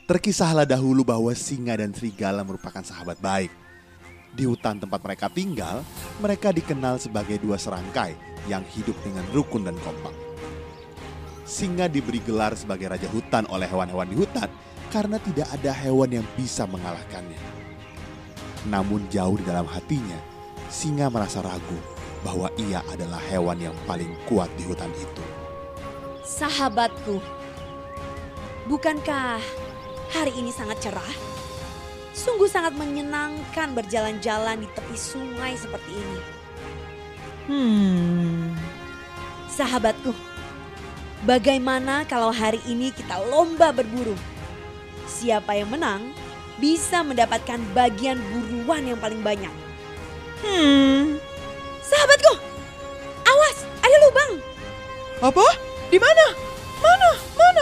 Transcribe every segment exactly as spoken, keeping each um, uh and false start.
Terkisahlah dahulu bahwa singa dan serigala merupakan sahabat baik. Di hutan tempat mereka tinggal, mereka dikenal sebagai dua serangkai yang hidup dengan rukun dan kompak. Singa diberi gelar sebagai raja hutan oleh hewan-hewan di hutan karena tidak ada hewan yang bisa mengalahkannya. Namun jauh di dalam hatinya, singa merasa ragu bahwa ia adalah hewan yang paling kuat di hutan itu. Sahabatku, bukankah hari ini sangat cerah? Sungguh sangat menyenangkan berjalan-jalan di tepi sungai seperti ini. Hmm. Sahabatku, bagaimana kalau hari ini kita lomba berburu? Siapa yang menang bisa mendapatkan bagian buruan yang paling banyak. Hmm. Sahabatku, awas, ada lubang. Apa? Di mana? Mana? Mana?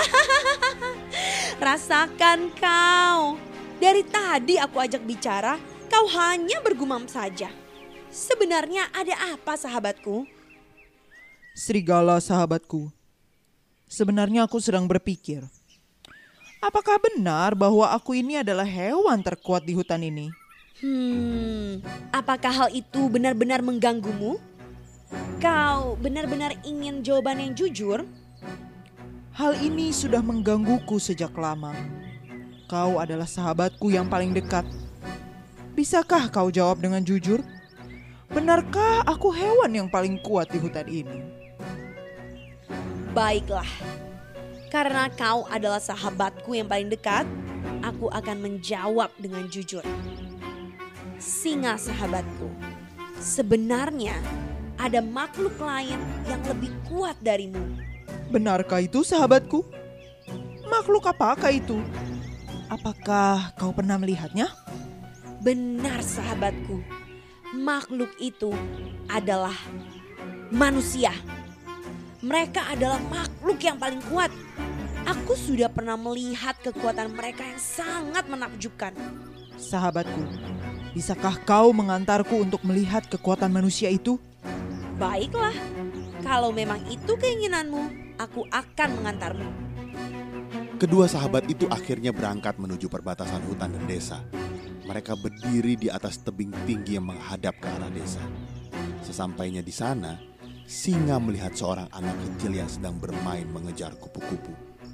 Rasakan kau. Dari tadi aku ajak bicara, kau hanya bergumam saja. Sebenarnya ada apa, sahabatku? Serigala sahabatku. Sebenarnya aku sedang berpikir, apakah benar bahwa aku ini adalah hewan terkuat di hutan ini? Hmm, apakah hal itu benar-benar mengganggumu? Kau benar-benar ingin jawaban yang jujur? Hal ini sudah menggangguku sejak lama. Kau adalah sahabatku yang paling dekat. Bisakah kau jawab dengan jujur? Benarkah aku hewan yang paling kuat di hutan ini? Baiklah, karena kau adalah sahabatku yang paling dekat, aku akan menjawab dengan jujur. Singa sahabatku, sebenarnya ada makhluk lain yang lebih kuat darimu. Benarkah itu sahabatku? Makhluk apakah itu? Apakah kau pernah melihatnya? Benar sahabatku, makhluk itu adalah manusia. Mereka adalah makhluk yang paling kuat. Aku sudah pernah melihat kekuatan mereka yang sangat menakjubkan. Sahabatku, bisakah kau mengantarku untuk melihat kekuatan manusia itu? Baiklah, kalau memang itu keinginanmu, aku akan mengantarmu. Kedua sahabat itu akhirnya berangkat menuju perbatasan hutan dan desa. Mereka berdiri di atas tebing tinggi yang menghadap ke arah desa. Sesampainya di sana, singa melihat seorang anak kecil yang sedang bermain mengejar kupu-kupu.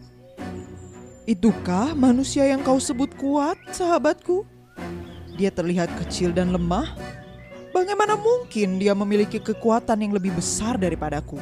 Itukah manusia yang kau sebut kuat, sahabatku? Dia terlihat kecil dan lemah. Bagaimana mungkin dia memiliki kekuatan yang lebih besar daripadaku?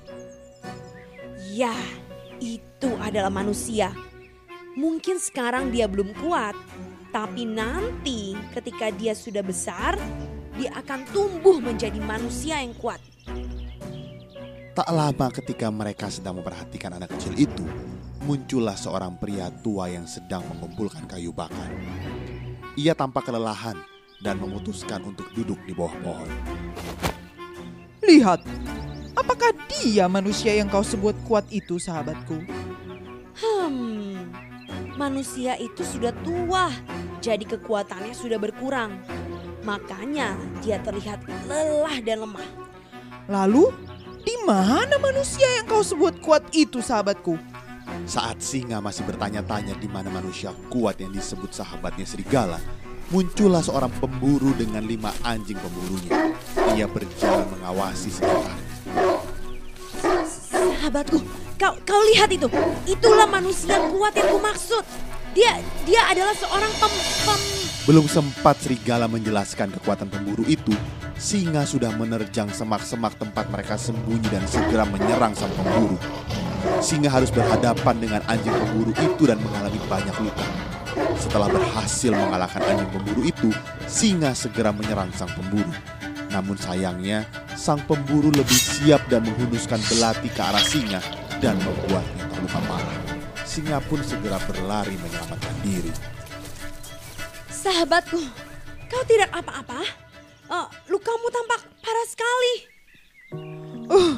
Ya, itu adalah manusia. Mungkin sekarang dia belum kuat, tapi nanti ketika dia sudah besar, dia akan tumbuh menjadi manusia yang kuat. Tak lama ketika mereka sedang memperhatikan anak kecil itu, muncullah seorang pria tua yang sedang mengumpulkan kayu bakar. Ia tampak kelelahan dan memutuskan untuk duduk di bawah pohon. Lihat, apakah dia manusia yang kau sebut kuat itu, sahabatku? Hmm, manusia itu sudah tua, jadi kekuatannya sudah berkurang. Makanya dia terlihat lelah dan lemah. Lalu, di mana manusia yang kau sebut kuat itu, sahabatku? Saat singa masih bertanya-tanya di mana manusia kuat yang disebut sahabatnya serigala, muncullah seorang pemburu dengan lima anjing pemburunya. Ia berjalan mengawasi sekitar. Sahabatku, kau kau lihat itu. Itulah manusia kuat yang kumaksud. Dia dia adalah seorang pem, pem... Belum sempat serigala menjelaskan kekuatan pemburu itu, singa sudah menerjang semak-semak tempat mereka sembunyi dan segera menyerang sang pemburu. Singa harus berhadapan dengan anjing pemburu itu dan mengalami banyak luka. Setelah berhasil mengalahkan anjing pemburu itu, singa segera menyerang sang pemburu. Namun sayangnya, sang pemburu lebih siap dan menghunuskan belati ke arah singa dan membuatnya terluka parah. Singa pun segera berlari menyelamatkan diri. Sahabatku, kau tidak apa-apa? Uh, lukamu tampak parah sekali. Uh,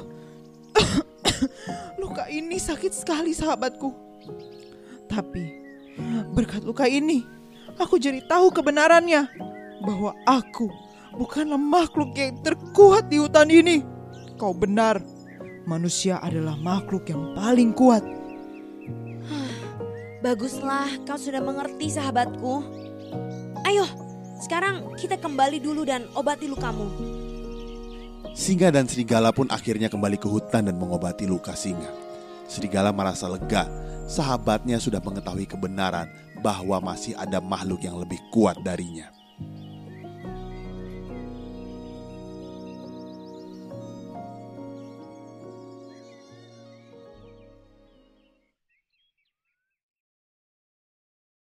luka ini sakit sekali, sahabatku. Tapi berkat luka ini, aku jadi tahu kebenarannya bahwa aku bukanlah makhluk yang terkuat di hutan ini. Kau benar, manusia adalah makhluk yang paling kuat. Baguslah, kau sudah mengerti sahabatku. Ayo, sekarang kita kembali dulu dan obati lukamu. Singa dan serigala pun akhirnya kembali ke hutan dan mengobati luka singa. Serigala merasa lega, sahabatnya sudah mengetahui kebenaran bahwa masih ada makhluk yang lebih kuat darinya.